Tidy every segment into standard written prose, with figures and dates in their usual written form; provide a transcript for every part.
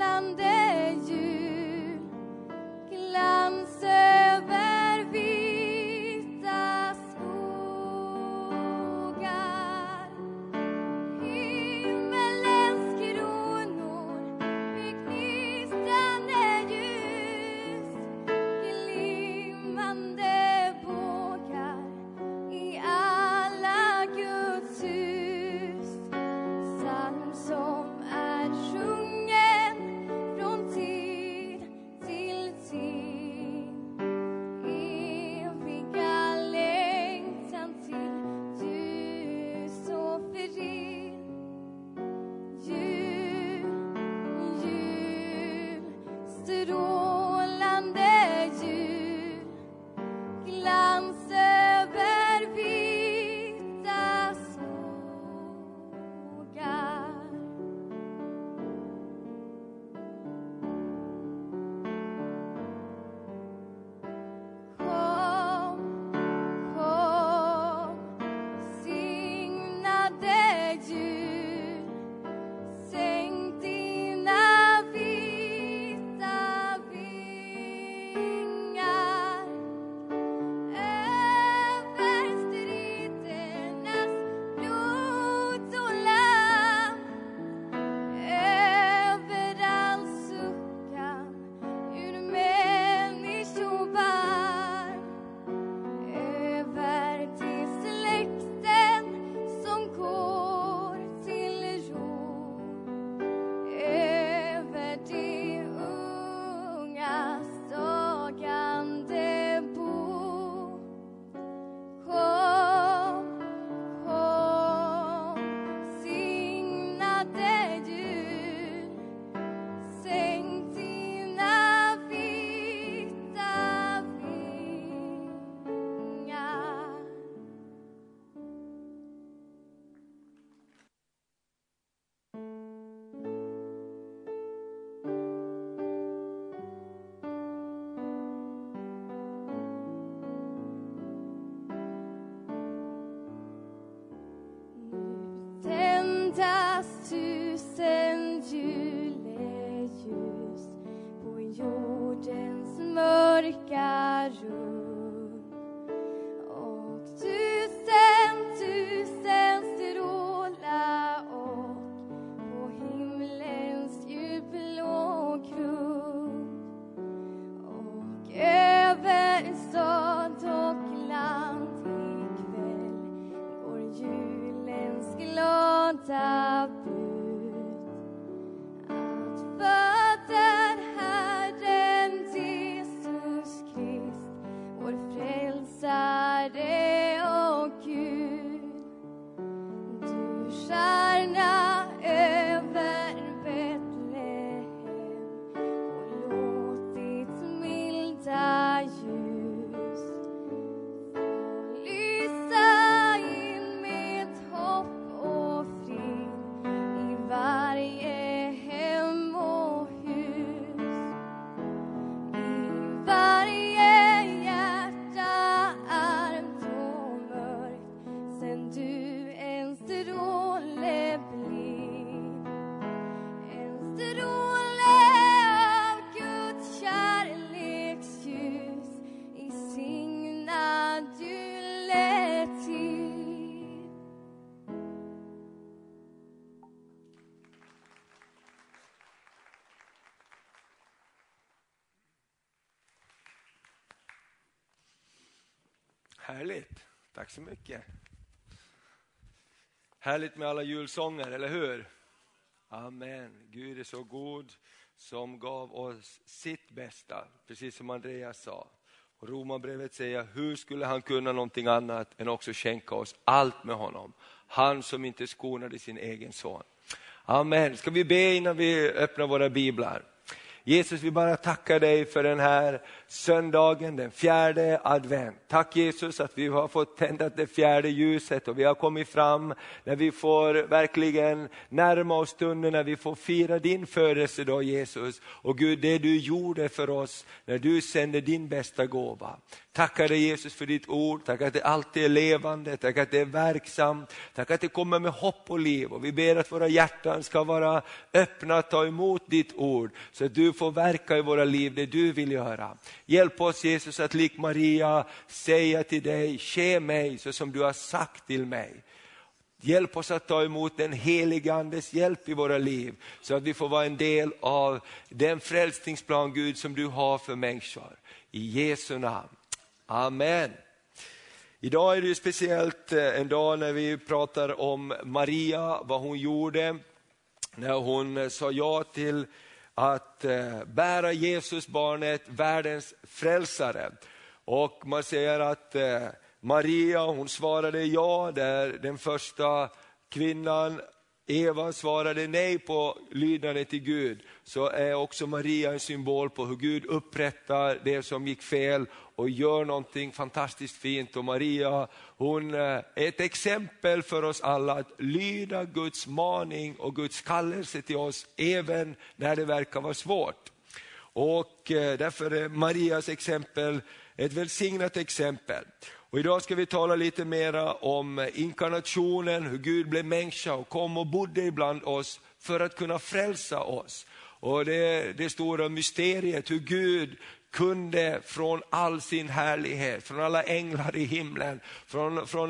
Härligt. Tack så mycket. Härligt med alla julsånger, eller hur? Amen. Gud är så god som gav oss sitt bästa, precis som Andreas sa. Och Romarbrevet säger, hur skulle han kunna någonting annat än också skänka oss allt med honom? Han som inte skonade sin egen son. Amen. Ska vi be innan vi öppnar våra biblar? Jesus, vi bara tackar dig för den här söndagen, den 4:e advent. Tack Jesus att vi har fått tända det 4:e ljuset och vi har kommit fram när vi får verkligen närma oss stunden när vi får fira din födelsedag Jesus. Och Gud, det du gjorde för oss när du sände din bästa gåva. Tackar dig Jesus för ditt ord, tack att det alltid är levande, tack att det är verksamt, tack att det kommer med hopp och liv. Och vi ber att våra hjärtan ska vara öppna att ta emot ditt ord så att du får verka i våra liv det du vill göra. Hjälp oss Jesus att lik Maria säga till dig, ske mig så som du har sagt till mig. Hjälp oss att ta emot den heliga andes hjälp i våra liv så att vi får vara en del av den frälsningsplan Gud som du har för människor. I Jesu namn. Amen. Idag är det speciellt en dag när vi pratar om Maria, vad hon gjorde när hon sa ja till att bära Jesus barnet, världens frälsare. Och man säger att Maria, hon svarade ja, där den första kvinnan Eva svarade nej på lydnaden till Gud, så är också Maria en symbol på hur Gud upprättar det som gick fel och gör någonting fantastiskt fint. Och Maria, hon är ett exempel för oss alla att lyda Guds maning och Guds kallelse till oss även när det verkar vara svårt. Och därför är Marias exempel ett välsignat exempel. Och idag ska vi tala lite mera om inkarnationen, hur Gud blev människa och kom och bodde ibland oss för att kunna frälsa oss. Och det stora mysteriet hur Gud kunde från all sin härlighet, från alla änglar i himlen, från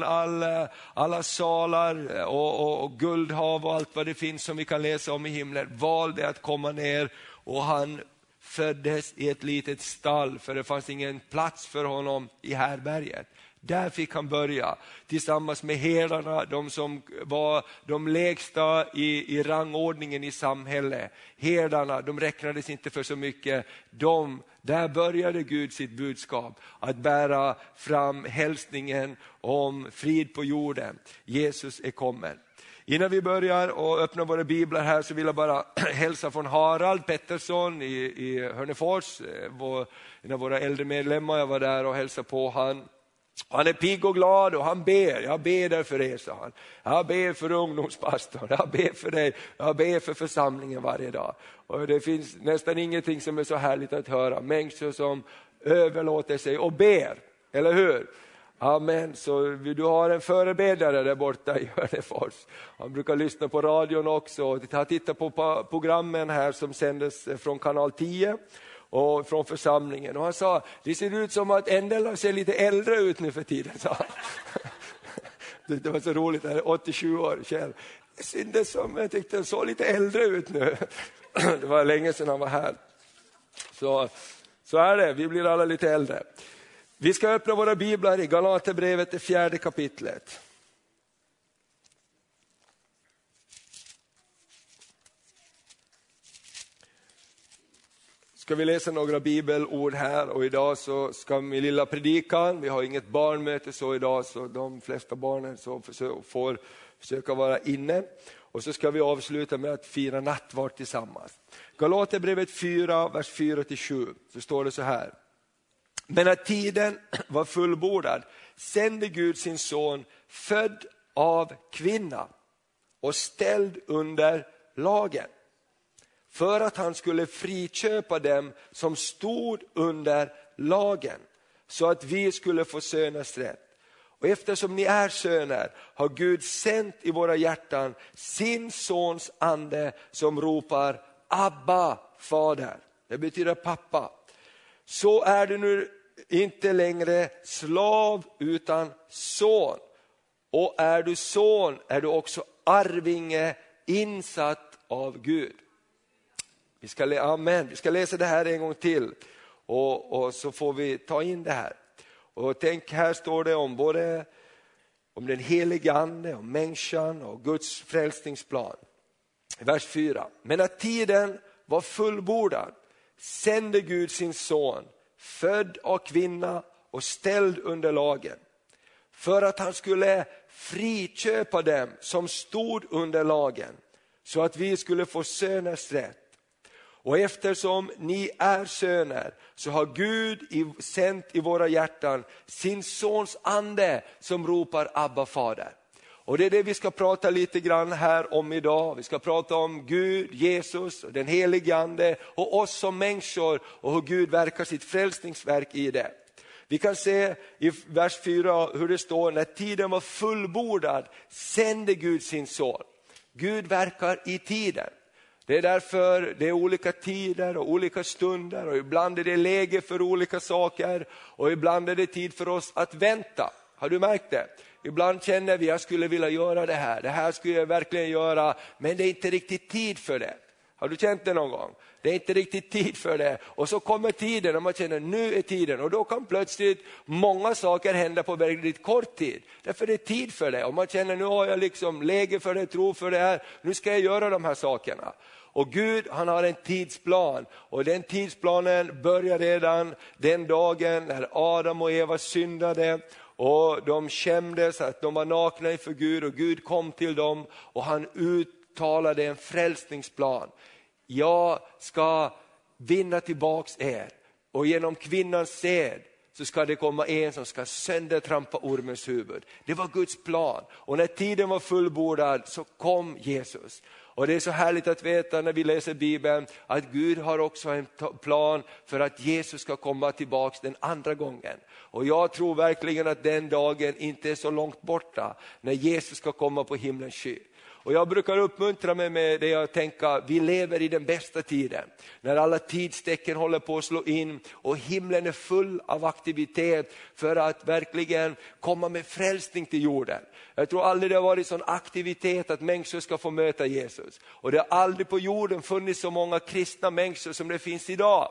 alla salar och guldhav och allt vad det finns som vi kan läsa om i himlen, valde att komma ner och han föddes i ett litet stall för det fanns ingen plats för honom i härberget. Där fick han börja tillsammans med herdarna, de som var de lägsta i rangordningen i samhället. Herdarna, de räknades inte för så mycket. Där började Gud sitt budskap att bära fram hälsningen om frid på jorden. Jesus är kommen. Innan vi börjar och öppnar våra biblar här så vill jag bara hälsa från Harald Pettersson i Hörnefors. En av våra äldre medlemmar, jag var där och hälsade på han. Han är pigg och glad och han ber. Jag ber där för er, sa han. Jag ber för ungdomspastorn, jag ber för dig, jag ber för församlingen varje dag. Och det finns nästan ingenting som är så härligt att höra. Människor som överlåter sig och ber, eller hur? Amen, så du har en förebedjare där borta i Hörnefors. Han brukar lyssna på radion också. Han tittar på programmen här som sändes från kanal 10 och från församlingen. Och han sa, det ser ut som att Endela ser lite äldre ut nu för tiden. Det var så roligt, det är 87 år Kjell. Det syntes som, jag tyckte han såg lite äldre ut nu. Det var länge sedan han var här. Så är det, vi blir alla lite äldre. Vi ska öppna våra biblar i Galaterbrevet, det 4:e kapitlet. Ska vi läsa några bibelord här och idag så ska min lilla predikan, vi har inget barnmöte så idag så de flesta barnen så får försöka vara inne. Och så ska vi avsluta med att fira nattvard tillsammans. Galaterbrevet 4, vers 4-7, så står det så här. Men när tiden var fullbordad sände Gud sin son, född av kvinna och ställd under lagen, för att han skulle friköpa dem som stod under lagen, så att vi skulle få söners rätt. Och eftersom ni är söner har Gud sänt i våra hjärtan sin sons ande som ropar Abba, fader. Det betyder pappa. Så är du nu inte längre slav utan son. Och är du son är du också arvinge, insatt av Gud. Amen. Vi ska läsa det här en gång till. Och så får vi ta in det här. Och tänk, här står det om både om den helige ande, om människan och Guds frälsningsplan. Vers 4. Men när tiden var fullbordad sände Gud sin son, född av kvinna och ställd under lagen, för att han skulle friköpa dem som stod under lagen, så att vi skulle få söners rätt. Och eftersom ni är söner så har Gud sänt i våra hjärtan sin sons ande som ropar Abba fader. Och det är det vi ska prata lite grann här om idag. Vi ska prata om Gud, Jesus, den helige ande och oss som människor och hur Gud verkar sitt frälsningsverk i det. Vi kan se i vers 4 hur det står: när tiden var fullbordad sände Gud sin son. Gud verkar i tiden. Det är därför det är olika tider och olika stunder, och ibland är det läge för olika saker och ibland är det tid för oss att vänta. Har du märkt det? Ibland känner vi att jag skulle vilja göra det här skulle jag verkligen göra, men det är inte riktigt tid för det. Har du känt det någon gång? Det är inte riktigt tid för det. Och så kommer tiden och man känner nu är tiden. Och då kan plötsligt många saker hända på väldigt kort tid. Därför är det tid för det. Och man känner nu har jag liksom läge för det, tro för det här. Nu ska jag göra de här sakerna. Och Gud, han har en tidsplan. Och den tidsplanen börjar redan den dagen när Adam och Eva syndade. Och de kände att de var nakna inför Gud, och Gud kom till dem och han uttalade en frälsningsplan. Jag ska vinna tillbaks er, och genom kvinnans säd så ska det komma en som ska söndertrampa ormens huvud. Det var Guds plan, och när tiden var fullbordad så kom Jesus. Och det är så härligt att veta när vi läser Bibeln att Gud har också en plan för att Jesus ska komma tillbaks den andra gången. Och jag tror verkligen att den dagen inte är så långt borta när Jesus ska komma på himlens sky. Och jag brukar uppmuntra mig med det jag tänker, vi lever i den bästa tiden. När alla tidstecken håller på att slå in och himlen är full av aktivitet för att verkligen komma med frälsning till jorden. Jag tror aldrig det har varit sån aktivitet att människor ska få möta Jesus. Och det har aldrig på jorden funnits så många kristna människor som det finns idag.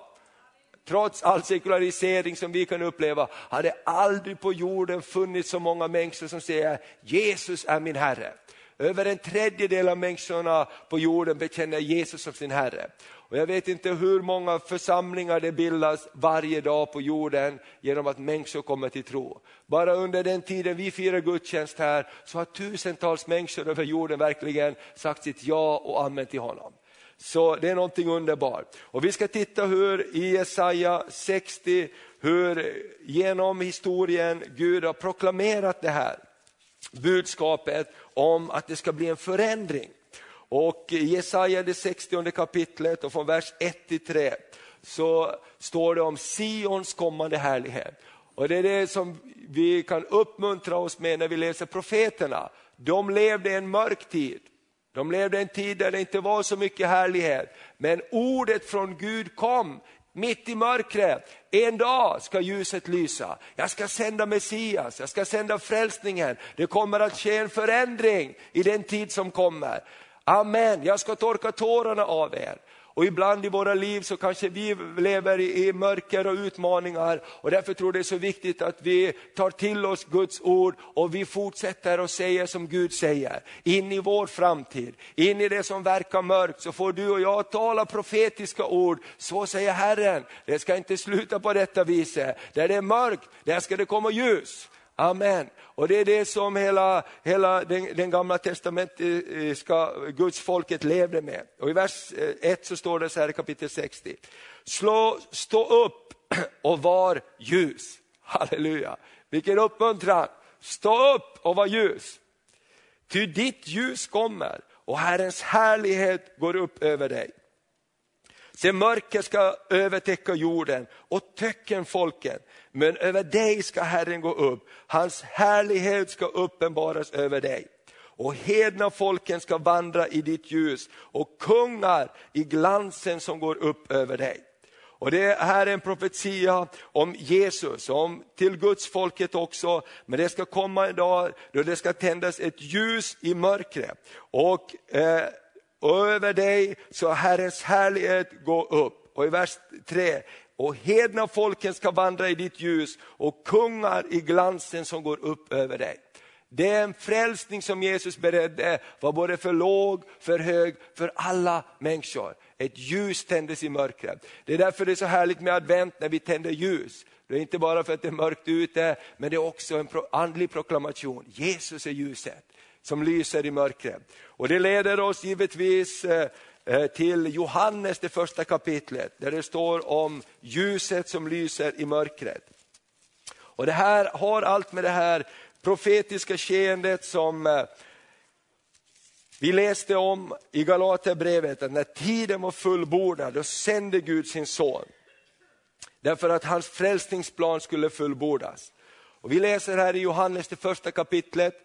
Trots all sekularisering som vi kan uppleva har det aldrig på jorden funnits så många människor som säger Jesus är min Herre. Över 1/3 av människorna på jorden bekänner Jesus som sin Herre. Och jag vet inte hur många församlingar det bildas varje dag på jorden genom att människor kommer till tro. Bara under den tiden vi firar gudstjänst här så har tusentals människor över jorden verkligen sagt sitt ja och amen till honom. Så det är någonting underbart. Och vi ska titta hur i Jesaja 60, hur genom historien Gud har proklamerat det här budskapet om att det ska bli en förändring. Och i Jesaja det 60:e kapitlet och från vers 1-3 så står det om Sions kommande härlighet. Och det är det som vi kan uppmuntra oss med när vi läser profeterna. De levde i en mörk tid. De levde i en tid där det inte var så mycket härlighet. Men ordet från Gud kom mitt i mörkret. En dag ska ljuset lysa. Jag ska sända Messias. Jag ska sända frälsningen. Det kommer att ske en förändring i den tid som kommer. Amen. Jag ska torka tårarna av er. Och ibland i våra liv så kanske vi lever i mörker och utmaningar. Och därför tror jag det är så viktigt att vi tar till oss Guds ord. Och vi fortsätter att säga som Gud säger. In i vår framtid. In i det som verkar mörkt. Så får du och jag tala profetiska ord. Så säger Herren. Det ska inte sluta på detta viset. Där det är mörkt, där ska det komma ljus. Amen. Och det är det som hela den gamla testamentiska Guds folket levde med. Och i vers 1 så står det så här i kapitel 60. Stå upp och var ljus. Halleluja. Vilken uppmuntran. Stå upp och var ljus. Ty ditt ljus kommer och Herrens härlighet går upp över dig. Se, mörker ska övertäcka jorden och töcken folken. Men över dig ska Herren gå upp. Hans härlighet ska uppenbaras över dig. Och hedna folken ska vandra i ditt ljus. Och kungar i glansen som går upp över dig. Och det här är en profetia om Jesus, om till Guds folket också. Men det ska komma en dag då det ska tändas ett ljus i mörkret. Och över dig så Herrens härlighet går upp. Och i vers 3. Och hedna folken ska vandra i ditt ljus. Och kungar i glansen som går upp över dig. Den frälsning som Jesus beredde var både för låg, för hög, för alla människor. Ett ljus tändes i mörkret. Det är därför det är så härligt med advent när vi tänder ljus. Det är inte bara för att det är mörkt ute, men det är också en andlig proklamation. Jesus är ljuset som lyser i mörkret. Och det leder oss givetvis till Johannes, det första kapitlet, där det står om ljuset som lyser i mörkret. Och det här har allt med det här profetiska skeendet som vi läste om i Galaterbrevet, att när tiden var fullbordad då sände Gud sin son. Därför att hans frälsningsplan skulle fullbordas. Och vi läser här i Johannes, det första kapitlet,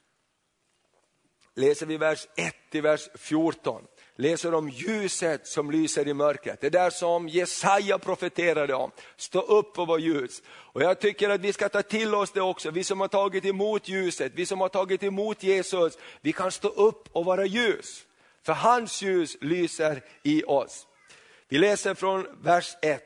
läser vi vers 1 till vers 14. Läser om ljuset som lyser i mörkret. Det där som Jesaja profeterade om. Stå upp och var ljus. Och jag tycker att vi ska ta till oss det också. Vi som har tagit emot ljuset, vi som har tagit emot Jesus, vi kan stå upp och vara ljus. För hans ljus lyser i oss. Vi läser från vers 1.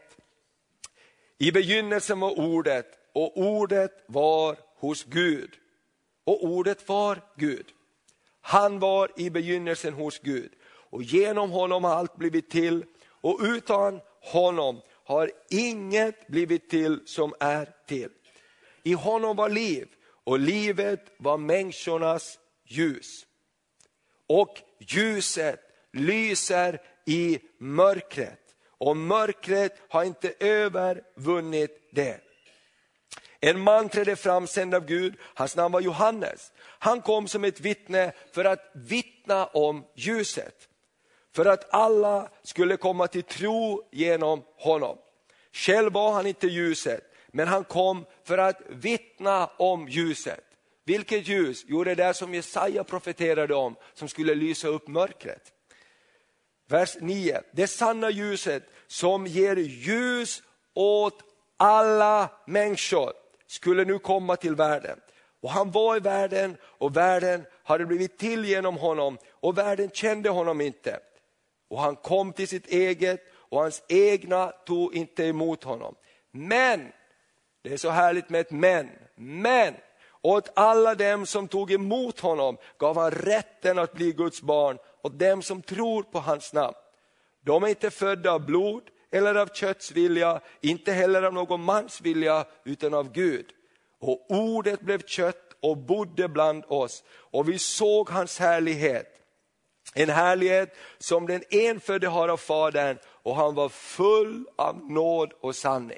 I begynnelsen var ordet, och ordet var hos Gud. Och ordet var Gud. Han var i begynnelsen hos Gud. Och genom honom har allt blivit till. Och utan honom har inget blivit till som är till. I honom var liv, och livet var människornas ljus. Och ljuset lyser i mörkret. Och mörkret har inte övervunnit det. En man trädde fram sänd av Gud, hans namn var Johannes. Han kom som ett vittne för att vittna om ljuset. För att alla skulle komma till tro genom honom. Själv var han inte ljuset, men han kom för att vittna om ljuset. Vilket ljus? Jo, det där som Jesaja profeterade om, som skulle lysa upp mörkret. Vers 9. Det sanna ljuset som ger ljus åt alla människor skulle nu komma till världen. Och han var i världen, och världen hade blivit till genom honom, och världen kände honom inte. Och han kom till sitt eget, och hans egna tog inte emot honom. Men, det är så härligt med ett men åt alla dem som tog emot honom gav han rätten att bli Guds barn, och dem som tror på hans namn. De är inte födda av blod eller av kötts vilja, inte heller av någon mans vilja, utan av Gud. Och ordet blev kött och bodde bland oss, och vi såg hans härlighet. En härlighet som den enfödde har av Fadern, och han var full av nåd och sanning.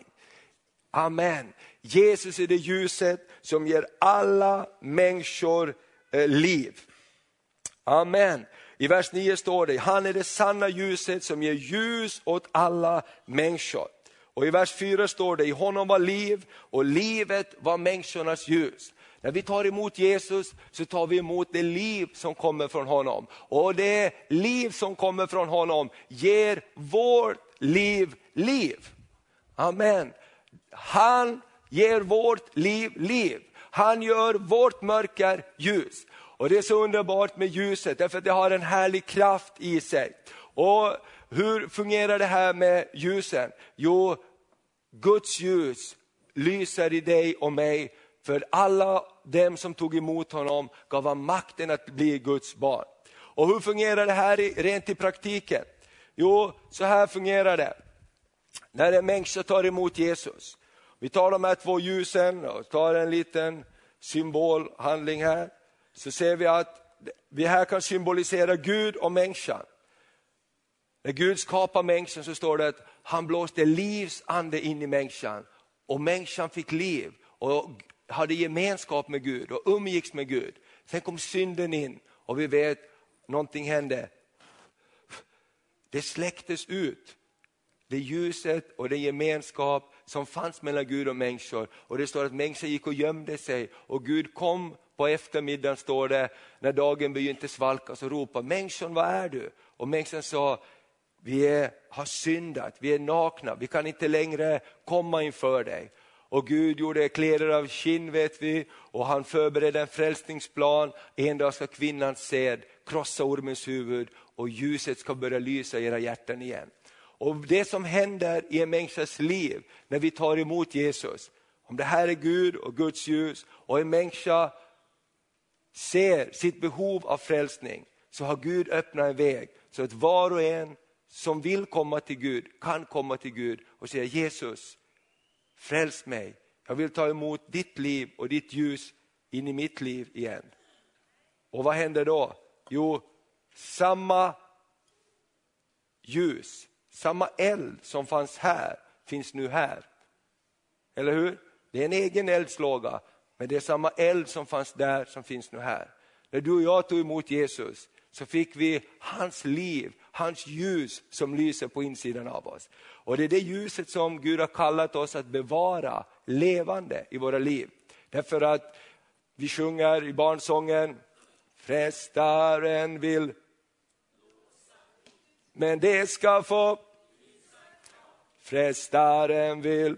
Amen. Jesus är det ljuset som ger alla människor liv. Amen. I vers 9 står det, han är det sanna ljuset som ger ljus åt alla människor. Och i vers 4 står det, i honom var liv, och livet var människornas ljus. När vi tar emot Jesus så tar vi emot det liv som kommer från honom. Och det liv som kommer från honom ger vårt liv. Amen. Han ger vårt liv. Han gör vårt mörker ljus. Och det är så underbart med ljuset, därför att det har en härlig kraft i sig. Och hur fungerar det här med ljusen? Jo, Guds ljus lyser i dig och mig. För alla dem som tog emot honom gav han makten att bli Guds barn. Och hur fungerar det här rent i praktiken? Jo, så här fungerar det. När en människa tar emot Jesus. Vi tar de här 2 ljusen och tar en liten symbolhandling här. Så ser vi att vi här kan symbolisera Gud och människan. När Gud skapar människan så står det att han blåste livsande in i människan. Och människan fick liv och hade gemenskap med Gud och umgicks med Gud. Sen kom synden in, och vi vet någonting hände. Det släcktes ut. Det ljuset och det gemenskap som fanns mellan Gud och människor. Och det står att människor gick och gömde sig, och Gud kom på eftermiddagen, står det, när dagen begynte svalka, så ropade människan, vad är du? Och människan sa, vi har syndat, vi är nakna, vi kan inte längre komma inför dig. Och Gud gjorde kläder av skinn, vet vi, och han förberedde en frälsningsplan. En dag ska kvinnans säd krossa ormens huvud, och ljuset ska börja lysa i era hjärtan igen. Och det som händer i en människas liv när vi tar emot Jesus, om det här är Gud och Guds ljus, och en människa ser sitt behov av frälsning, så har Gud öppnat en väg så att var och en som vill komma till Gud kan komma till Gud och säga, Jesus, fräls mig. Jag vill ta emot ditt liv och ditt ljus in i mitt liv igen. Och vad händer då? Jo, samma ljus. Samma eld som fanns här finns nu här. Eller hur? Det är en egen eldslåga, men det är samma eld som fanns där som finns nu här. När du och jag tog emot Jesus så fick vi hans liv, hans ljus som lyser på insidan av oss. Och det är det ljuset som Gud har kallat oss att bevara levande i våra liv. Därför att vi sjunger i barnsången, frestaren vill, men det ska få. Frestaren vill,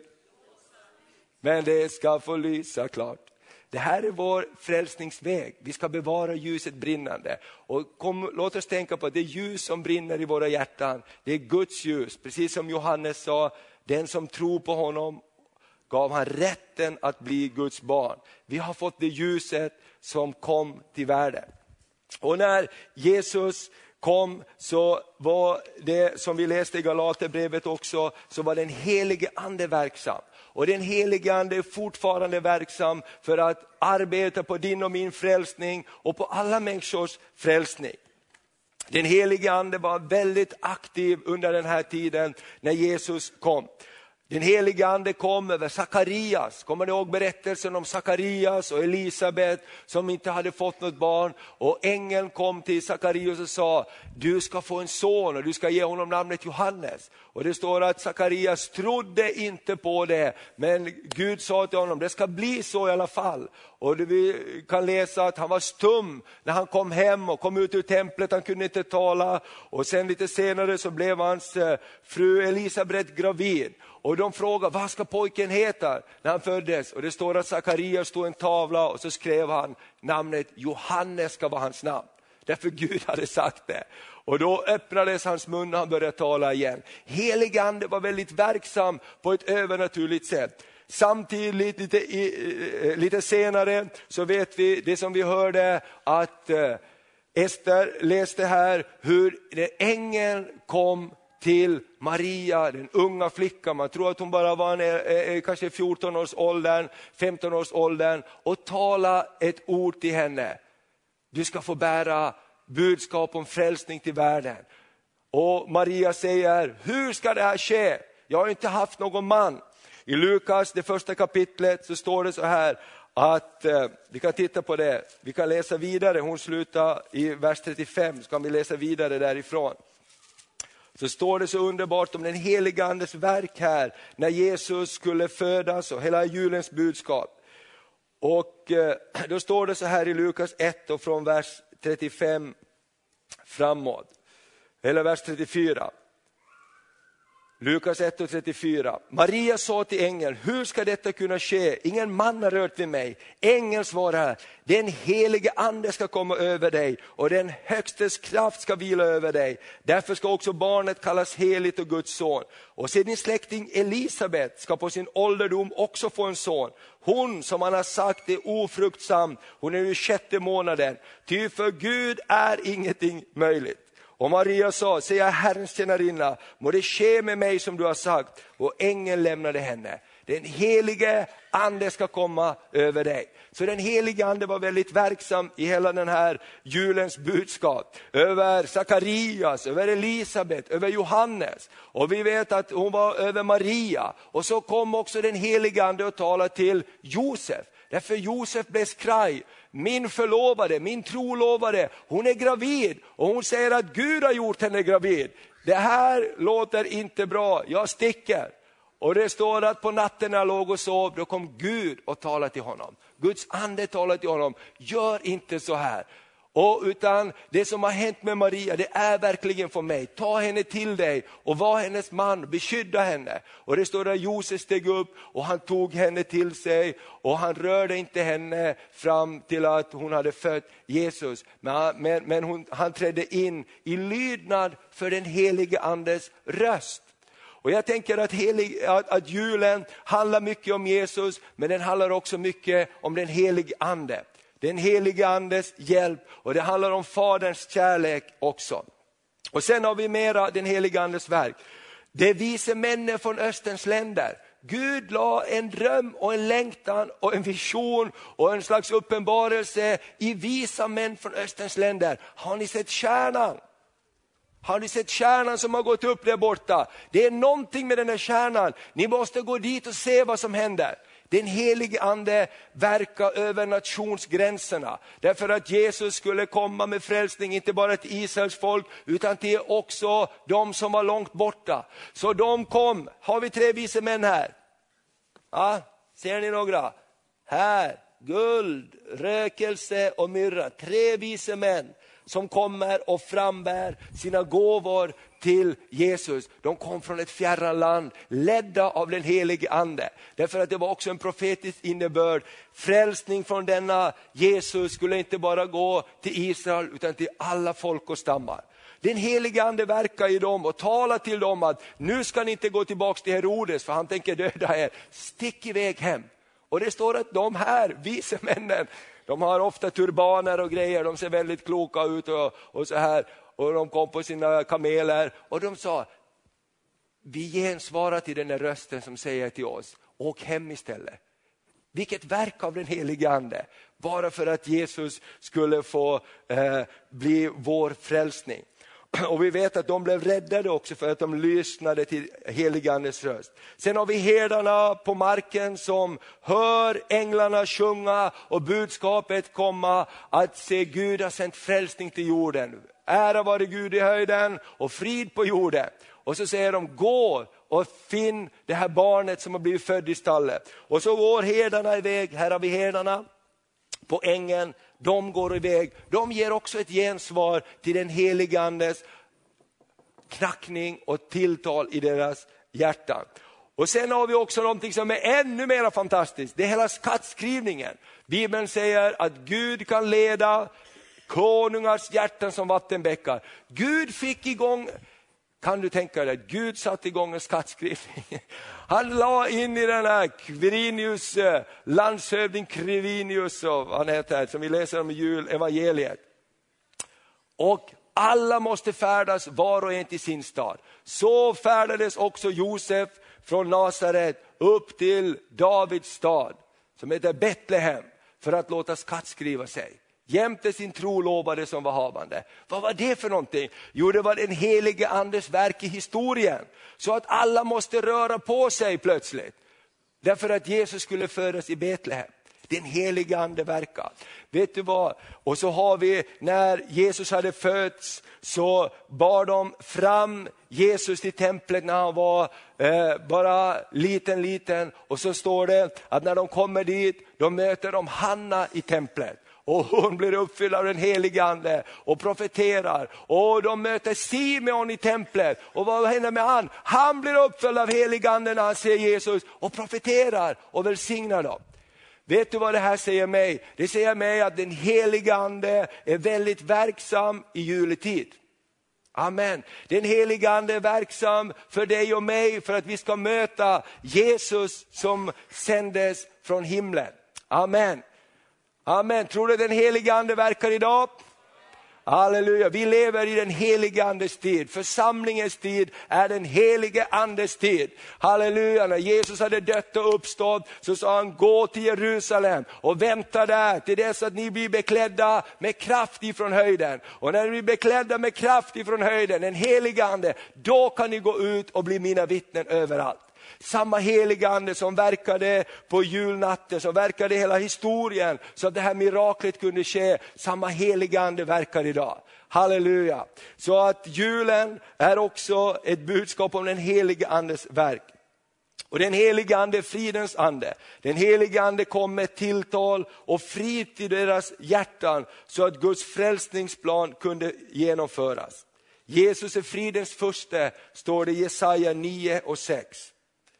men det ska få lysa klart. Det här är vår frälsningsväg. Vi ska bevara ljuset brinnande. Och låt oss tänka på att det ljus som brinner i våra hjärtan, det är Guds ljus. Precis som Johannes sa, den som tror på honom gav han rätten att bli Guds barn. Vi har fått det ljuset som kom till världen. Och när Jesus kom så var det, som vi läste i Galaterbrevet också, så var den helige ande verksam. Och den helige ande är fortfarande verksam för att arbeta på din och min frälsning och på alla människors frälsning. Den helige ande var väldigt aktiv under den här tiden när Jesus kom. Den helige ande kom över Sakarias. Kommer ni ihåg berättelsen om Sakarias och Elisabet som inte hade fått något barn? Och ängeln kom till Sakarias och sa, du ska få en son och du ska ge honom namnet Johannes. Och det står att Sakarias trodde inte på det, men Gud sa till honom, det ska bli så i alla fall. Och vi kan läsa att han var stum när han kom hem och kom ut ur templet, han kunde inte tala. Och sen lite senare så blev hans fru Elisabet gravid. Och de frågade, vad ska pojken heta när han föddes? Och det står att Sakarias stod en tavla och så skrev han namnet Johannes ska vara hans namn. Därför Gud hade sagt det. Och då öppnades hans mun och han började tala igen. Helig ande var väldigt verksam på ett övernaturligt sätt. Samtidigt lite senare så vet vi det som vi hörde att Ester läste här hur ängeln kom till Maria, den unga flickan. Man tror att hon bara var kanske 14 års åldern, 15 års åldern, och tala ett ord till henne. Du ska få bära budskap om frälsning till världen. Och Maria säger, hur ska det här ske? Jag har inte haft någon man. I Lukas, det första kapitlet, så står det så här att vi kan titta på det. Vi kan läsa vidare. Hon slutar i vers 35, så kan vi läsa vidare därifrån. Så står det så underbart om den heliga andes verk här när Jesus skulle födas och hela julens budskap. Och då står det så här i Lukas 1 och från vers 35 framåt. Eller vers 34. Lukas 1 och 34. Maria sa till ängeln, hur ska detta kunna ske? Ingen man har rört vid mig. Ängeln svarar, den helige ande ska komma över dig och den högstes kraft ska vila över dig. Därför ska också barnet kallas heligt och Guds son. Och se din släkting Elisabet ska på sin ålderdom också få en son. Hon som han har sagt är ofruktsam, hon är i 6:e månaden. Ty för Gud är ingenting möjligt. Och Maria sa, säg Herrens tjänarinna, må det ske med mig som du har sagt. Och ängeln lämnade henne. Den helige ande ska komma över dig. Så den helige ande var väldigt verksam i hela den här julens budskap. Över Sakarias, över Elisabet, över Johannes. Och vi vet att hon var över Maria. Och så kom också den helige ande och talade till Josef. Därför Josef blev skraj. Min förlovade, min trolovade, hon är gravid. Och hon säger att Gud har gjort henne gravid. Det här låter inte bra, jag sticker. Och det står att på natten när han låg och sov, då kom Gud och talade till honom. Guds ande talade till honom, gör inte så här. Utan det som har hänt med Maria, det är verkligen för mig. Ta henne till dig och var hennes man, beskydda henne. Och det står att Josef steg upp och han tog henne till sig. Och han rörde inte henne fram till att hon hade fött Jesus. Men han trädde in i lydnad för den helige andes röst. Och jag tänker att julen handlar mycket om Jesus, men den handlar också mycket om den helige ande. Den helige andes hjälp, och det handlar om faderns kärlek också. Och sen har vi mera den helige andes verk. Det vise männen från Österns länder. Gud la en dröm och en längtan och en vision och en slags uppenbarelse i visa män från Österns länder. Har ni sett stjärnan? Har ni sett kärnan som har gått upp där borta? Det är någonting med den här kärnan. Ni måste gå dit och se vad som händer. Den helige ande verkar över nationsgränserna. Därför att Jesus skulle komma med frälsning, inte bara till Israels folk, utan till också de som var långt borta. Så de kom. Har vi 3 vise män här? Ja, ser ni några? Här, guld, rökelse och myrra. 3 vise män som kommer och frambär sina gåvor till Jesus. De kom från ett fjärran land, ledda av den helige ande. Därför att det var också en profetisk innebörd. Frälsning från denna Jesus skulle inte bara gå till Israel utan till alla folk och stammar. Den helige ande verkar i dem och talar till dem att nu ska ni inte gå tillbaka till Herodes för han tänker döda er. Stick iväg hem. Och det står att de här vise männen, de har ofta turbaner och grejer, de ser väldigt kloka ut och så här. Och de kom på sina kameler och de sa, vi gensvarar till den här rösten som säger till oss, åk hem istället. Vilket verk av den helige ande, bara för att Jesus skulle få bli vår frälsning. Och vi vet att de blev räddade också för att de lyssnade till helige andes röst. Sen har vi herdarna på marken som hör änglarna sjunga och budskapet komma att se Gud har sänt frälsning till jorden. Ära vare Gud i höjden och frid på jorden. Och så säger de, gå och finn det här barnet som har blivit född i stallet. Och så går herdarna iväg, här har vi herdarna på ängen. De går iväg, de ger också ett gensvar till den helige andes knackning och tilltal i deras hjärtan. Och sen har vi också någonting som är ännu mer fantastiskt, det är hela skattskrivningen. Bibeln säger att Gud kan leda konungars hjärtan som vattenbäckar. Gud fick igång, kan du tänka dig, Gud satte igång en skattskrivning. Han la in i den här Quirinius, landshövding Quirinius, han heter, som vi läser om i julevangeliet. Och alla måste färdas var och en till sin stad. Så färdades också Josef från Nasaret upp till Davids stad, som heter Betlehem, för att låta skattskriva sig. Jämte sin trolovade som var havande. Vad var det för någonting? Jo, det var den helige andes verk i historien. Så att alla måste röra på sig plötsligt. Därför att Jesus skulle födas i Betlehem. Den helige ande verkar. Vet du vad? Och så har vi, när Jesus hade fötts, så bar de fram Jesus till templet när han var bara liten. Och så står det att när de kommer dit, då möter de Hanna i templet. Och hon blir uppfylld av den helige ande och profeterar. Och de möter Simeon i templet. Och vad händer med han? Han blir uppfylld av helige ande när han ser Jesus och profeterar och välsignar dem. Vet du vad det här säger mig? Det säger mig att den helige ande är väldigt verksam i juletid. Amen. Den helige ande är verksam för dig och mig för att vi ska möta Jesus som sändes från himlen. Amen. Amen. Tror du den helige ande verkar idag? Halleluja. Vi lever i den helige andes tid. Församlingens tid är den helige andes tid. Halleluja. När Jesus hade dött och uppstått så sa han, gå till Jerusalem och vänta där till dess att ni blir beklädda med kraft ifrån höjden. Och när ni blir beklädda med kraft ifrån höjden, den helige ande, då kan ni gå ut och bli mina vittnen överallt. Samma heliga ande som verkade på julnatten, som verkade hela historien så att det här miraklet kunde ske. Samma heliga ande verkar idag. Halleluja. Så att julen är också ett budskap om den heliga andes verk. Och den heliga ande är fridens ande. Den heliga ande kom med tilltal och frid till deras hjärtan så att Guds frälsningsplan kunde genomföras. Jesus är fridens första, står det i Jesaja 9 och 6.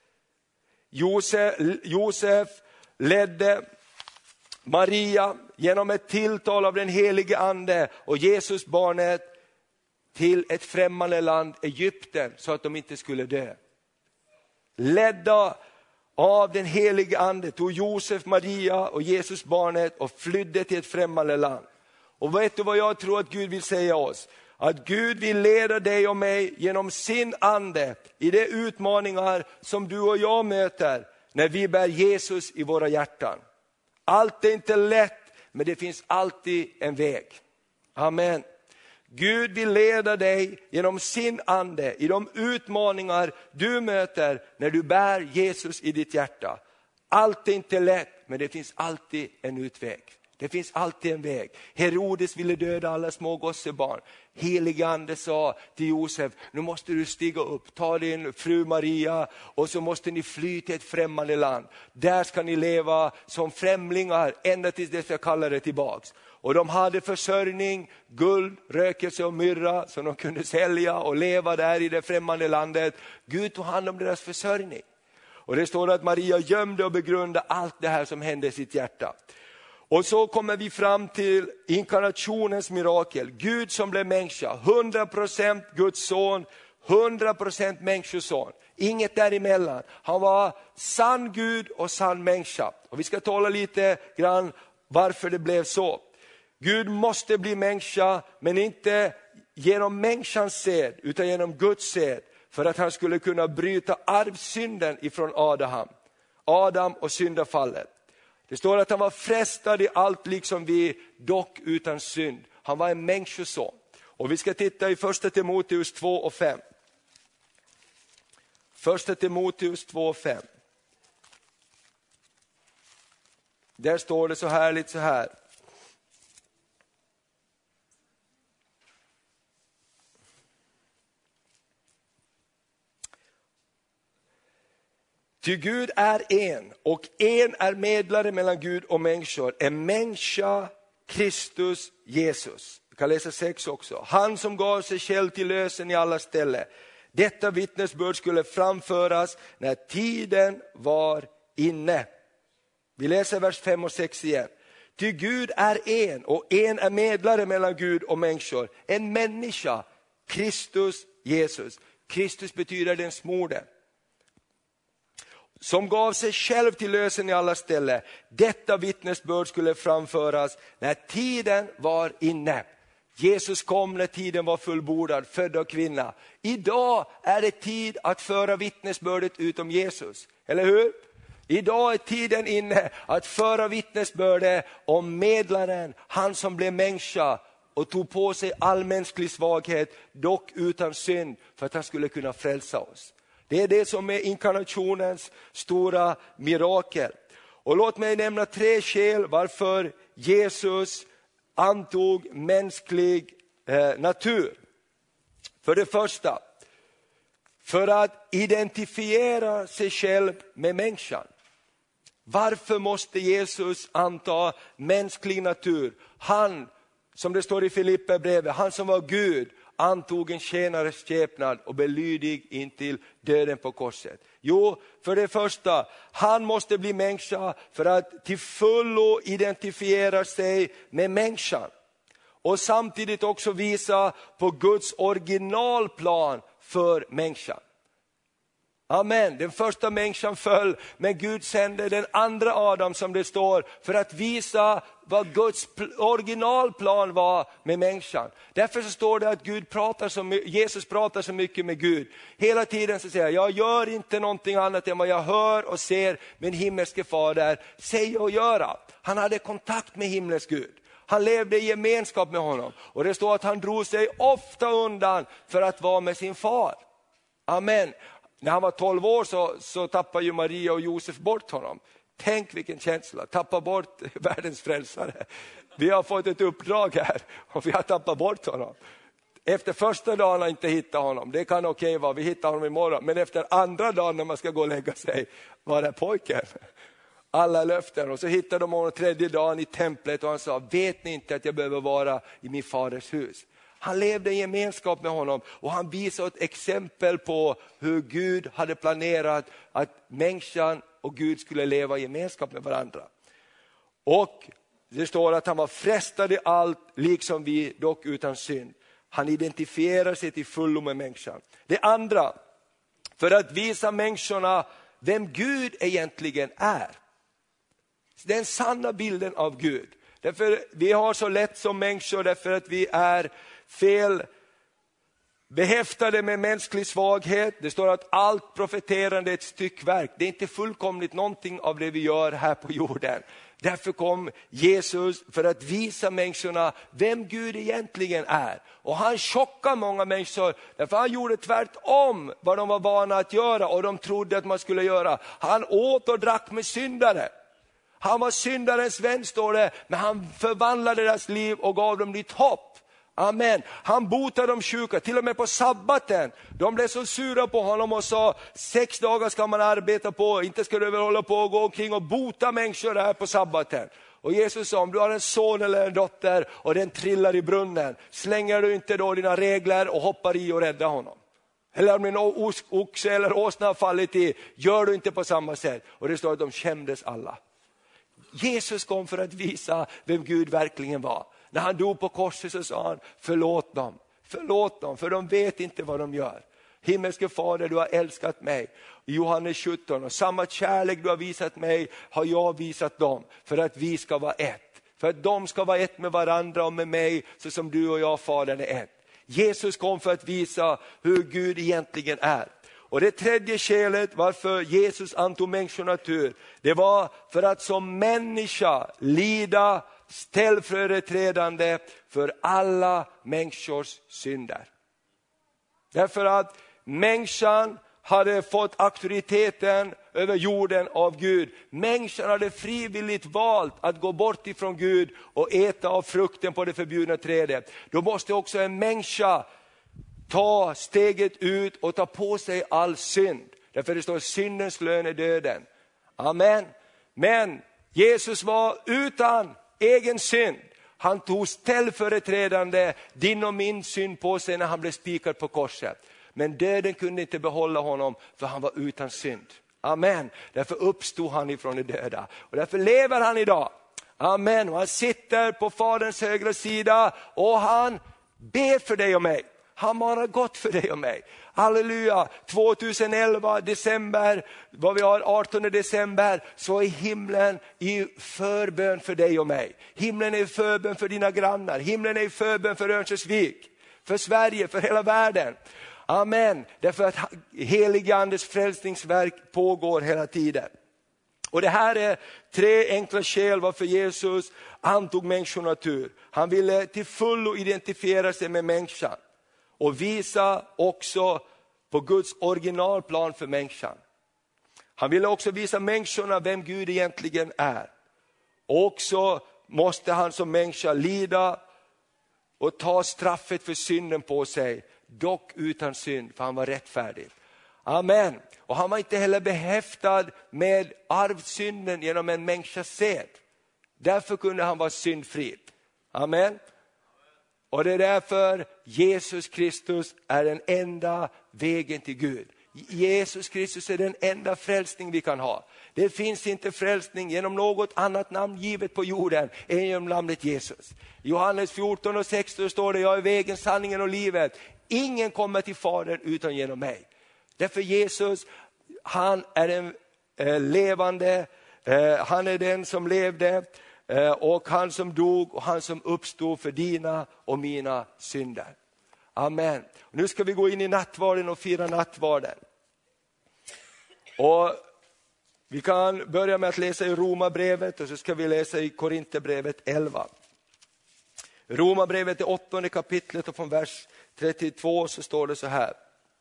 Josef ledde Maria genom ett tilltal av den helige ande och Jesus barnet till ett främmande land, Egypten, så att de inte skulle dö. Ledda av den helige ande tog Josef, Maria och Jesus barnet och flydde till ett främmande land. Och vet du vad jag tror att Gud vill säga oss? Att Gud vill leda dig och mig genom sin ande i de utmaningar som du och jag möter när vi bär Jesus i våra hjärtan. Allt är inte lätt, men det finns alltid en väg. Amen. Gud vill leda dig genom sin ande i de utmaningar du möter när du bär Jesus i ditt hjärta. Allt är inte lätt, men det finns alltid en utväg. Det finns alltid en väg. Herodes ville döda alla små gossebarn. Helig ande sa till Josef, nu måste du stiga upp, ta din fru Maria och så måste ni fly till ett främmande land. Där ska ni leva som främlingar ända tills det ska kalla det tillbaks. Och de hade försörjning, guld, rökelse och myrra som de kunde sälja och leva där i det främmande landet. Gud tog hand om deras försörjning. Och det står att Maria gömde och begrundade allt det här som hände i sitt hjärta. Och så kommer vi fram till inkarnationens mirakel. Gud som blev människa, 100% Guds son, 100% människoson. Inget däremellan. Han var sann Gud och sann människa. Och vi ska tala lite grann varför det blev så. Gud måste bli människa, men inte genom människans sed utan genom Guds sed. För att han skulle kunna bryta arvsynden ifrån Adam och syndafallet. Det står att han var frestad i allt liksom vi, dock utan synd. Han var en människoson. Och vi ska titta i första Timoteus 2 och 5. Första Timoteus 2 och 5. Där står det så härligt så här. Ty Gud är en och en är medlare mellan Gud och människor. En människa, Kristus, Jesus. Vi kan läsa 6 också. Han som gav sig själv till lösen i alla ställen. Detta vittnesbörd skulle framföras när tiden var inne. Vi läser vers 5 och 6 igen. Ty Gud är en och en är medlare mellan Gud och människor. En människa, Kristus, Jesus. Kristus betyder den smorde. Som gav sig själv till lösen i alla ställen. Detta vittnesbörd skulle framföras när tiden var inne. Jesus kom när tiden var fullbordad, född av kvinna. Idag är det tid att föra vittnesbördet ut om Jesus. Eller hur? Idag är tiden inne att föra vittnesbördet om medlaren, han som blev människa och tog på sig all mänsklig svaghet, dock utan synd, för att han skulle kunna frälsa oss. Det är det som är inkarnationens stora mirakel. Och låt mig nämna 3 skäl varför Jesus antog mänsklig natur. För det första, för att identifiera sig själv med människan. Varför måste Jesus anta mänsklig natur? Han, som det står i Filipperbrevet, han som var Gud, antog en tjänares skepnad och blev lydig intill döden på korset. Jo, för det första, han måste bli människa för att till fullo identifiera sig med människan. Och samtidigt också visa på Guds originalplan för människan. Amen. Den första människan föll, men Gud sände den andra Adam, som det står, för att visa vad Guds originalplan var med människan. Därför så står det att Jesus pratar så mycket med Gud. Hela tiden så säger jag gör inte någonting annat än vad jag hör och ser min himmelske fader säga och göra. Han hade kontakt med himlens Gud. Han levde i gemenskap med honom. Och det står att han drog sig ofta undan för att vara med sin far. Amen. När han var 12 år så tappade ju Maria och Josef bort honom. Tänk vilken känsla, tappa bort världens frälsare. Vi har fått ett uppdrag här och vi har tappat bort honom. Efter första dagen har inte hittat honom, det kan okej vara, vi hittar honom imorgon. Men efter andra dagen när man ska gå och lägga sig, var är pojken? Alla löften, och så hittade de honom 3:e dagen i templet och han sa, vet ni inte att jag behöver vara i min faders hus? Han levde i gemenskap med honom och han visade ett exempel på hur Gud hade planerat att människan och Gud skulle leva i gemenskap med varandra. Och det står att han var frestad i allt liksom vi, dock utan synd. Han identifierar sig till fullo med människan. Det andra, för att visa människorna vem Gud egentligen är. Den sanna bilden av Gud. Därför vi har så lätt som människor, därför att vi är fel behäftade med mänsklig svaghet. Det står att allt profeterande är ett styckverk. Det är inte fullkomligt någonting av det vi gör här på jorden. Därför kom Jesus för att visa människorna vem Gud egentligen är. Och han chockade många människor, därför han gjorde tvärtom vad de var vana att göra och de trodde att man skulle göra. Han åt och drack med syndare. Han var syndarens vän, står det, men han förvandlade deras liv och gav dem nytt hopp. Amen. Han botade de sjuka, till och med på sabbaten. De blev så sura på honom och sa, 6 dagar ska man arbeta på, inte ska du väl hålla på och gå omkring och bota människor här på sabbaten. Och Jesus sa, om du har en son eller en dotter och den trillar i brunnen, slänger du inte då dina regler och hoppar i och räddar honom. Eller om en oxe eller åsna har fallit i, gör du inte på samma sätt. Och det står att de kändes alla. Jesus kom för att visa vem Gud verkligen var. När han dog på korset så sa han, förlåt dem, för de vet inte vad de gör. Himmelske Fader, du har älskat mig. I Johannes 17, och samma kärlek du har visat mig har jag visat dem, för att vi ska vara ett. För att de ska vara ett med varandra och med mig, så som du och jag, Fadern, är ett. Jesus kom för att visa hur Gud egentligen är. Och det tredje skälet varför Jesus antog människonatur, det var för att som människa lida ställföreträdande för alla människors synder. Därför att människan hade fått auktoriteten över jorden av Gud. Människan hade frivilligt valt att gå bort ifrån Gud och äta av frukten på det förbjudna trädet. Då måste också en människa ta steget ut och ta på sig all synd. Därför det står, syndens lön är döden. Amen. Men Jesus var utan egen synd. Han tog ställföreträdande din och min synd på sig när han blev spikad på korset. Men döden kunde inte behålla honom, för han var utan synd. Amen. Därför uppstod han ifrån de döda. Och därför lever han idag. Amen. Och han sitter på Faderns högra sida och han ber för dig och mig. Han manar gott för dig och mig. Halleluja. 2011 december, vad vi har 18 december, så är himlen i förbön för dig och mig. Himlen är i förbön för dina grannar. Himlen är i förbön för Örnsköldsvik, för Sverige, för hela världen. Amen. Därför att heliga Andes frälsningsverk pågår hela tiden. Och det här är 3 enkla skäl varför Jesus antog människonatur. Han ville till fullo identifiera sig med människan. Och visa också på Guds originalplan för människan. Han ville också visa människorna vem Gud egentligen är. Och också måste han som människa lida och ta straffet för synden på sig. Dock utan synd, för han var rättfärdig. Amen. Och han var inte heller behäftad med arvsynden genom en människas sed. Därför kunde han vara syndfri. Amen. Och det är därför Jesus Kristus är den enda vägen till Gud. Jesus Kristus är den enda frälsning vi kan ha. Det finns inte frälsning genom något annat namn givet på jorden än genom namnet Jesus. I Johannes 14 och 16 står det, jag är vägen, sanningen och livet. Ingen kommer till Fadern utan genom mig. Därför Jesus, han är den levande, han är den som levde. Och han som dog och han som uppstod för dina och mina synder. Amen. Och nu ska vi gå in i nattvarden och fira nattvarden. Och vi kan börja med att läsa i Romarbrevet och så ska vi läsa i Korinthierbrevet 11. Romarbrevet är 8:e kapitlet och från vers 32 så står det så här.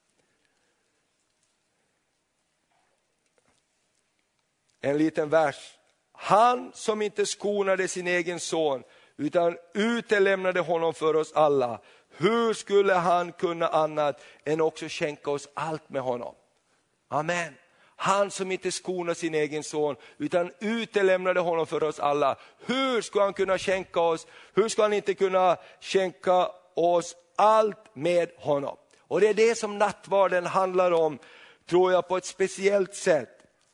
En liten vers. Han som inte skonade sin egen son utan utelämnade honom för oss alla. Hur skulle han kunna annat än också skänka oss allt med honom? Amen. Han som inte skonade sin egen son utan utelämnade honom för oss alla. Hur ska han kunna skänka oss? Hur ska han inte kunna skänka oss allt med honom? Och det är det som nattvarden handlar om, tror jag, på ett speciellt sätt.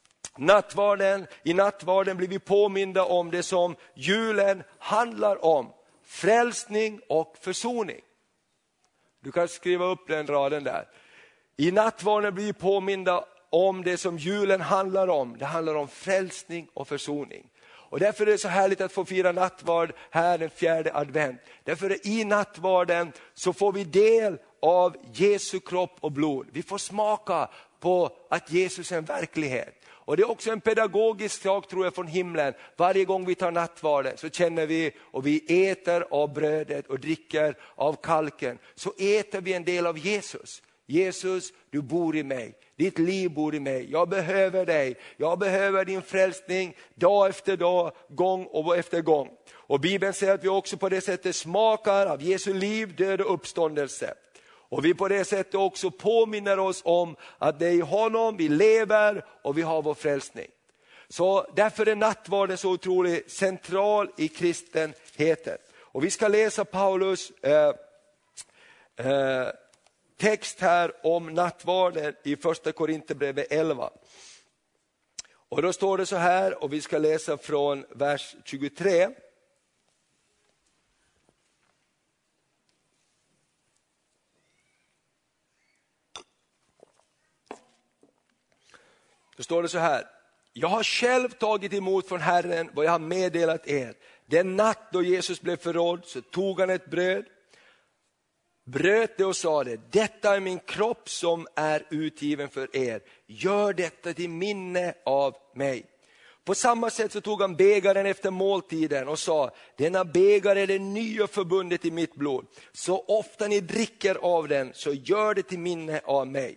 I nattvarden blir vi påminda om det som julen handlar om. Frälsning och försoning. Du kan skriva upp den raden där. I nattvarden blir vi påminda om det som julen handlar om. Det handlar om frälsning och försoning. Och därför är det så härligt att få fira nattvard här den 4:e advent. Därför i nattvarden så får vi del av Jesu kropp och blod. Vi får smaka på att Jesus är en verklighet. Och det är också en pedagogisk sak, tror jag, från himlen. Varje gång vi tar nattvarden så känner vi, och vi äter av brödet och dricker av kalken, så äter vi en del av Jesus. Jesus, du bor i mig. Ditt liv bor i mig. Jag behöver dig. Jag behöver din frälsning dag efter dag, gång och efter gång. Och Bibeln säger att vi också på det sättet smakar av Jesu liv, död och uppståndelse. Och vi på det sättet också påminner oss om att det är i honom vi lever och vi har vår frälsning. Så därför är nattvarden så otroligt central i kristenheten. Och vi ska läsa Paulus text här om nattvarden i första Korinthierbrevet 11. Och då står det så här, och vi ska läsa från vers 23. Då står det så här: jag har själv tagit emot från Herren vad jag har meddelat er. Den natt då Jesus blev förrådd så tog han ett bröd, bröt det och sa det: detta är min kropp som är utgiven för er. Gör detta till minne av mig. På samma sätt så tog han bägaren efter måltiden och sa: denna bägare är det nya förbundet i mitt blod. Så ofta ni dricker av den så gör det till minne av mig.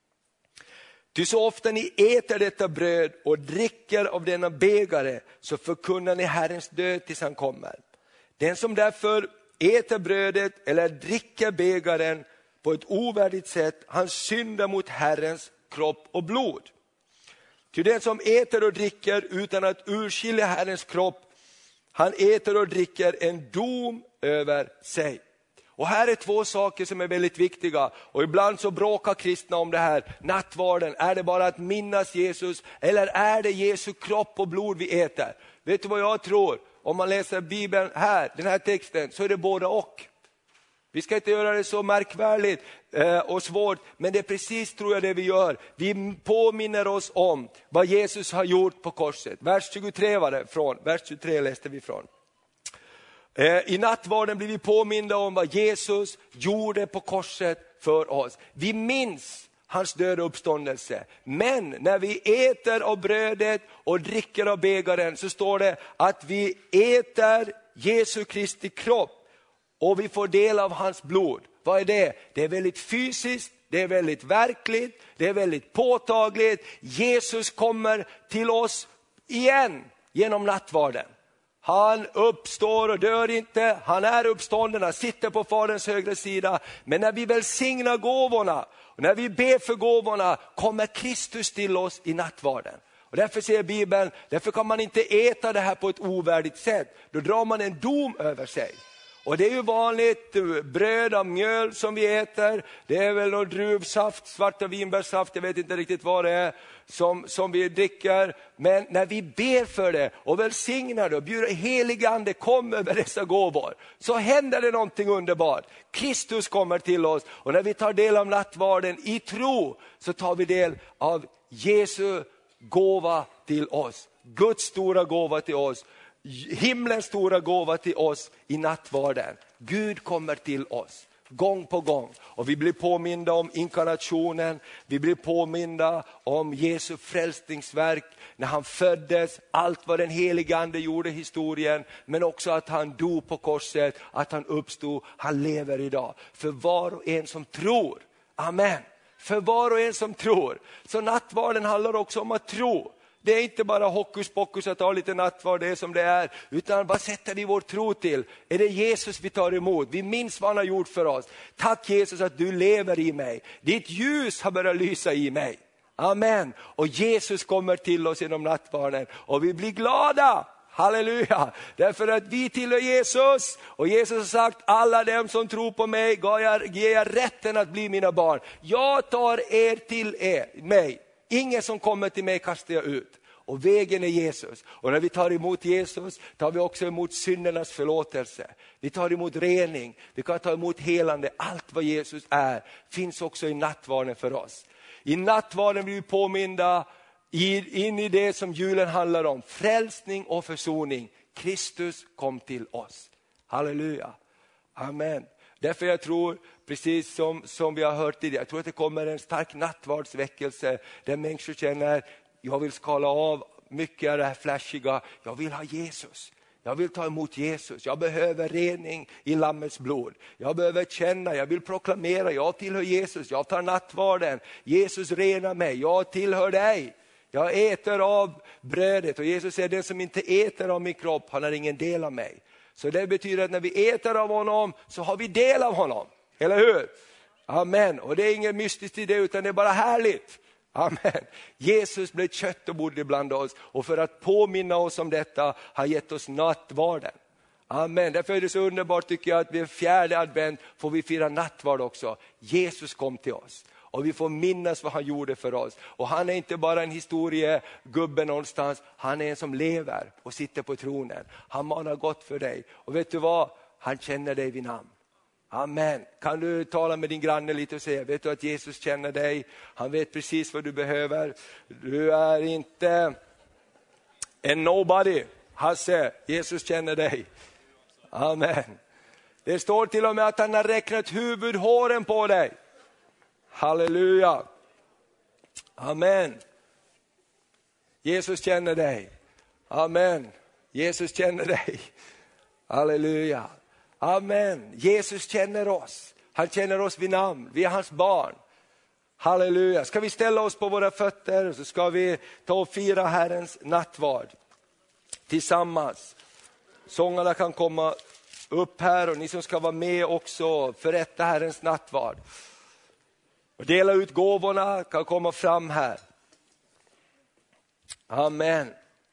Ty så ofta ni äter detta bröd och dricker av denna bägare så förkunnar ni Herrens död tills han kommer. Den som därför äter brödet eller dricker bägaren på ett ovärdigt sätt, han syndar mot Herrens kropp och blod. Ty den som äter och dricker utan att urskilja Herrens kropp, han äter och dricker en dom över sig. Och här är två saker som är väldigt viktiga. Och ibland så bråkar kristna om det här. Nattvarden, är det bara att minnas Jesus? Eller är det Jesu kropp och blod vi äter? Vet du vad jag tror? Om man läser Bibeln här, den här texten, så är det båda och. Vi ska inte göra det så märkvärdigt och svårt. Men det är precis, tror jag, det vi gör. Vi påminner oss om vad Jesus har gjort på korset. Vers 23 var det från. Vers 23 läste vi från. I nattvarden blir vi påminda om vad Jesus gjorde på korset för oss. Vi minns hans död och uppståndelse. Men när vi äter av brödet och dricker av bägaren så står det att vi äter Jesu Kristi kropp och vi får del av hans blod. Vad är det? Det är väldigt fysiskt, det är väldigt verkligt, det är väldigt påtagligt. Jesus kommer till oss igen genom nattvarden. Han uppstår och dör inte. Han är uppstånden, han sitter på Faderns högra sida. Men när vi välsignar gåvorna och när vi ber för gåvorna kommer Kristus till oss i nattvarden. Och därför säger Bibeln, därför kan man inte äta det här på ett ovärdigt sätt. Då drar man en dom över sig. Och det är ju vanligt bröd av mjöl som vi äter. Det är väl någon druvsaft, svarta vinbärssaft, jag vet inte riktigt vad det är som vi dricker. Men när vi ber för det och välsignar det och bjuder helig ande kom över dessa gåvor, så händer det någonting underbart. Kristus kommer till oss och när vi tar del av nattvarden i tro så tar vi del av Jesu gåva till oss. Guds stora gåva till oss. Himlens stora gåva till oss i nattvarden. Gud kommer till oss gång på gång. Och vi blir påminda om inkarnationen. Vi blir påminda om Jesu frälsningsverk när han föddes. Allt vad den helige ande gjorde i historien. Men också att han dog på korset. Att han uppstod. Han lever idag. För var och en som tror. Amen. För var och en som tror. Så nattvarden handlar också om att tro. Det är inte bara hokus pokus att ha lite nattvard, det är som det är. Utan vad sätter vi vår tro till? Är det Jesus vi tar emot? Vi minns vad han har gjort för oss. Tack Jesus att du lever i mig. Ditt ljus har börjat lysa i mig. Amen. Och Jesus kommer till oss genom nattvarden. Och vi blir glada. Halleluja. Därför att vi tillhör Jesus. Och Jesus har sagt, alla dem som tror på mig ger jag rätten att bli mina barn. Jag tar er till mig. Ingen som kommer till mig kastar jag ut. Och vägen är Jesus. Och när vi tar emot Jesus tar vi också emot syndernas förlåtelse. Vi tar emot rening. Vi kan ta emot helande. Allt vad Jesus är finns också i nattvarden för oss. I nattvarden blir vi påminda in i det som julen handlar om. Frälsning och försoning. Kristus kom till oss. Halleluja. Amen. Därför jag tror, precis som vi har hört tidigare, jag tror att det kommer en stark nattvardsväckelse där människor känner, jag vill skala av mycket av det här flashiga, jag vill ha Jesus. Jag vill ta emot Jesus, jag behöver rening i lammets blod. Jag behöver känna, jag vill proklamera, jag tillhör Jesus, jag tar nattvarden. Jesus renar mig, jag tillhör dig. Jag äter av brödet och Jesus säger, den som inte äter av min kropp, han har ingen del av mig. Så det betyder att när vi äter av honom så har vi del av honom, eller hur? Amen, och det är inget mystiskt i det utan det är bara härligt. Amen. Jesus blev kött och bodde bland oss och för att påminna oss om detta har gett oss nattvarden. Amen. Därför är det så underbart tycker jag att vid 4:e advent får vi fira nattvard också. Jesus kom till oss och vi får minnas vad han gjorde för oss. Och han är inte bara en historiegubbe någonstans, han är en som lever och sitter på tronen. Han manar gott för dig och vet du vad? Han känner dig vid namn. Amen. Kan du tala med din granne lite och säga, vet du att Jesus känner dig? Han vet precis vad du behöver. Du är inte en nobody. Hasse, Jesus känner dig. Amen. Det står till och med att han har räknat huvudhåren på dig. Halleluja. Amen. Jesus känner dig. Amen. Jesus känner dig. Halleluja. Amen. Jesus känner oss. Han känner oss vid namn. Vi är hans barn. Halleluja. Ska vi ställa oss på våra fötter så ska vi ta och fira Herrens nattvard tillsammans. Sångarna kan komma upp här och ni som ska vara med också förrätta Herrens nattvard. Och dela ut gåvorna kan komma fram här. Amen.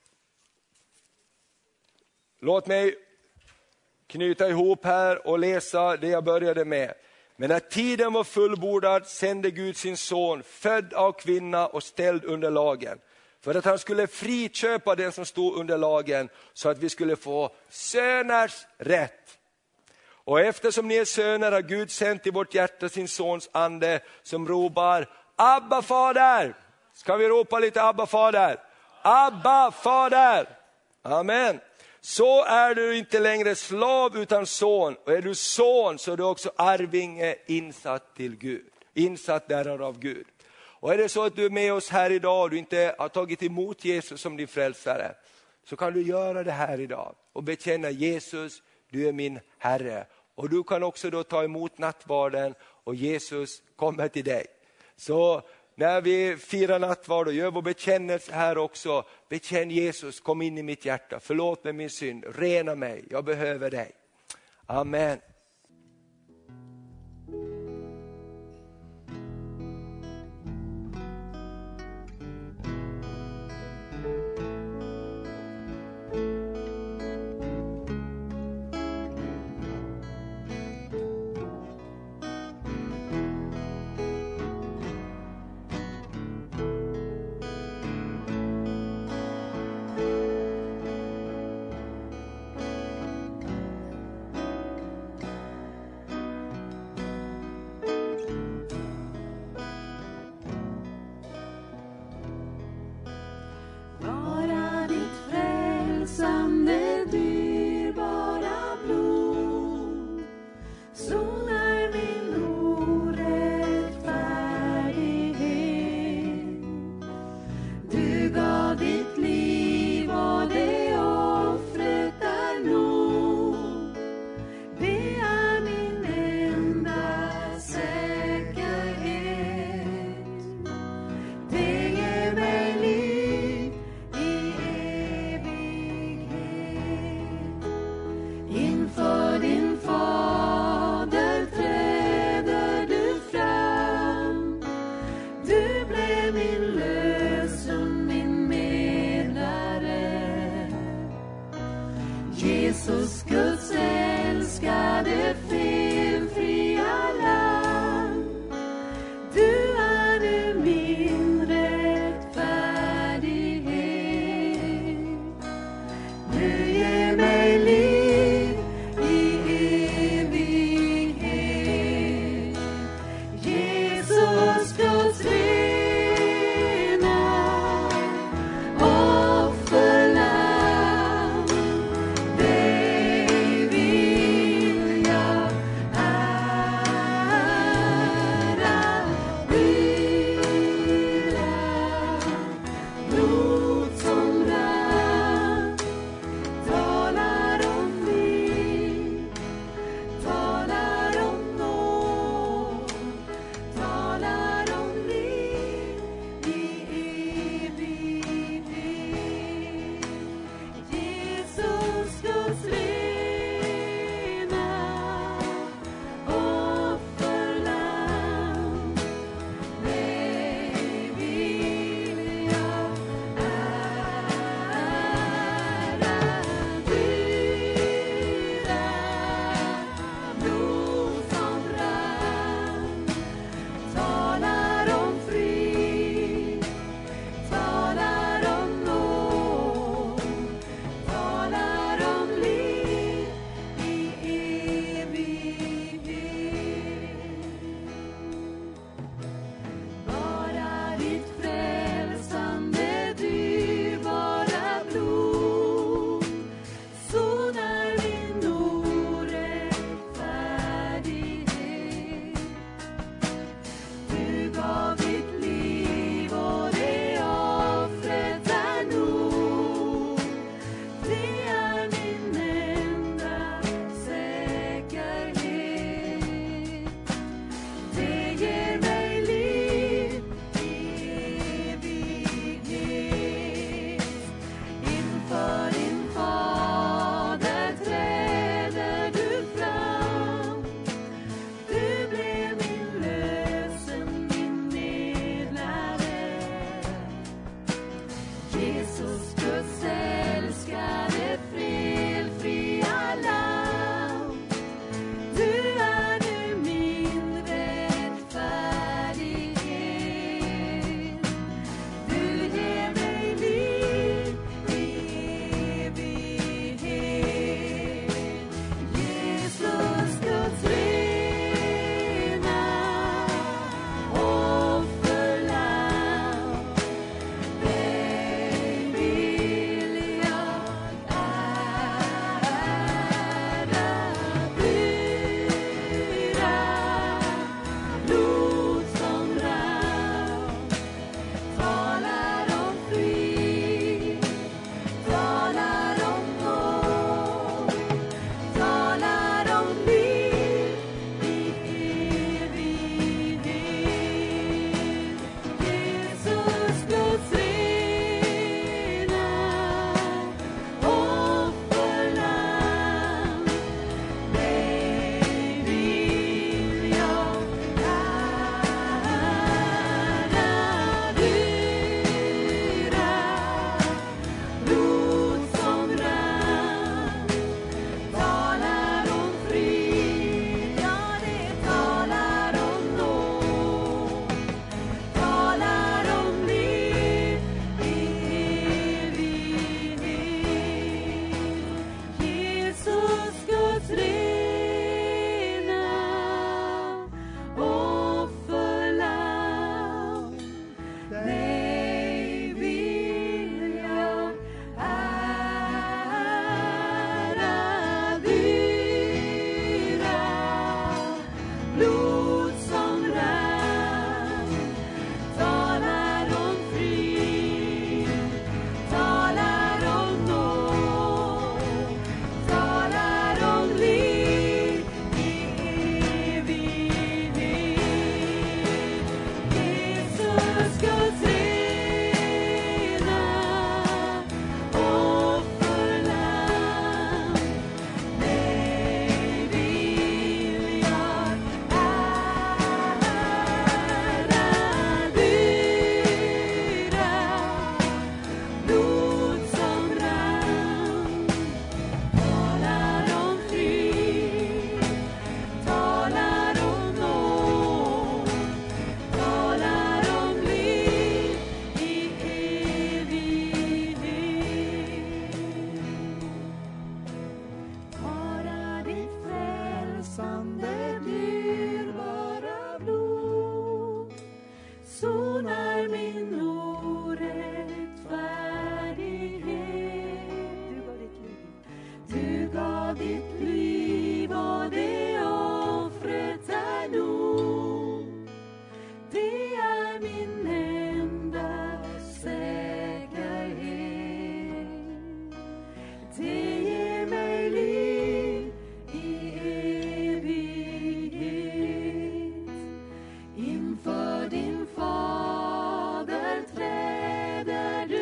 Låt mig knyta ihop här och läsa det jag började med. Men när tiden var fullbordad sände Gud sin son, född av kvinna och ställd under lagen. För att han skulle friköpa den som stod under lagen så att vi skulle få söners rätt. Och eftersom ni är söner har Gud sänt i vårt hjärta sin sons ande som ropar Abba fader. Ska vi ropa lite Abba fader? Abba fader. Amen. Så är du inte längre slav utan son. Och är du son så är du också arvinge insatt till Gud. Insatt där av Gud. Och är det så att du är med oss här idag och du inte har tagit emot Jesus som din frälsare. Så kan du göra det här idag. Och bekänna Jesus, du är min Herre. Och du kan också då ta emot nattvarden och Jesus kommer till dig. Så när vi firar nattvard och gör vår bekännelse här också. Bekänn Jesus, kom in i mitt hjärta. Förlåt mig min synd, rena mig, jag behöver dig. Amen.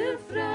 frälsning.